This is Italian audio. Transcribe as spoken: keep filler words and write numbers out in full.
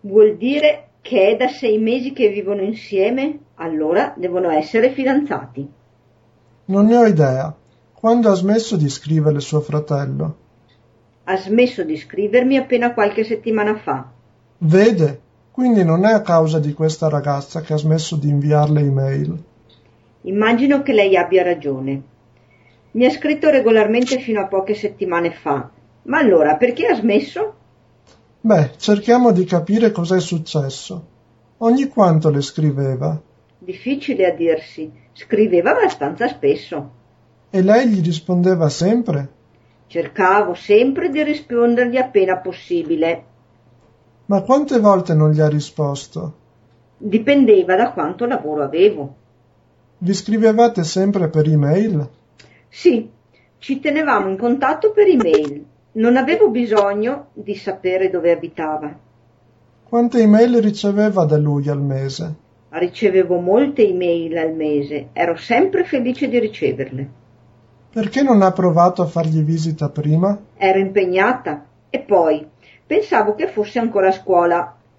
Vuol dire che è da sei mesi che vivono insieme? Allora devono essere fidanzati. Non ne ho idea. Quando ha smesso di scrivere suo fratello? Ha smesso di scrivermi appena qualche settimana fa. Vede, quindi non è a causa di questa ragazza che ha smesso di inviarle email. Immagino che lei abbia ragione. Mi ha scritto regolarmente fino a poche settimane fa. Ma allora, perché ha smesso? Beh, cerchiamo di capire cos'è successo. Ogni quanto le scriveva? Difficile a dirsi. Scriveva abbastanza spesso. E lei gli rispondeva sempre? Cercavo sempre di rispondergli appena possibile. Ma quante volte non gli ha risposto? Dipendeva da quanto lavoro avevo. Vi scrivevate sempre per email? Sì, ci tenevamo in contatto per email. Non avevo bisogno di sapere dove abitava. Quante email riceveva da lui al mese? Ricevevo molte email al mese. Ero sempre felice di riceverle. Perché non ha provato a fargli visita prima? Ero impegnata e poi pensavo che fosse ancora a scuola.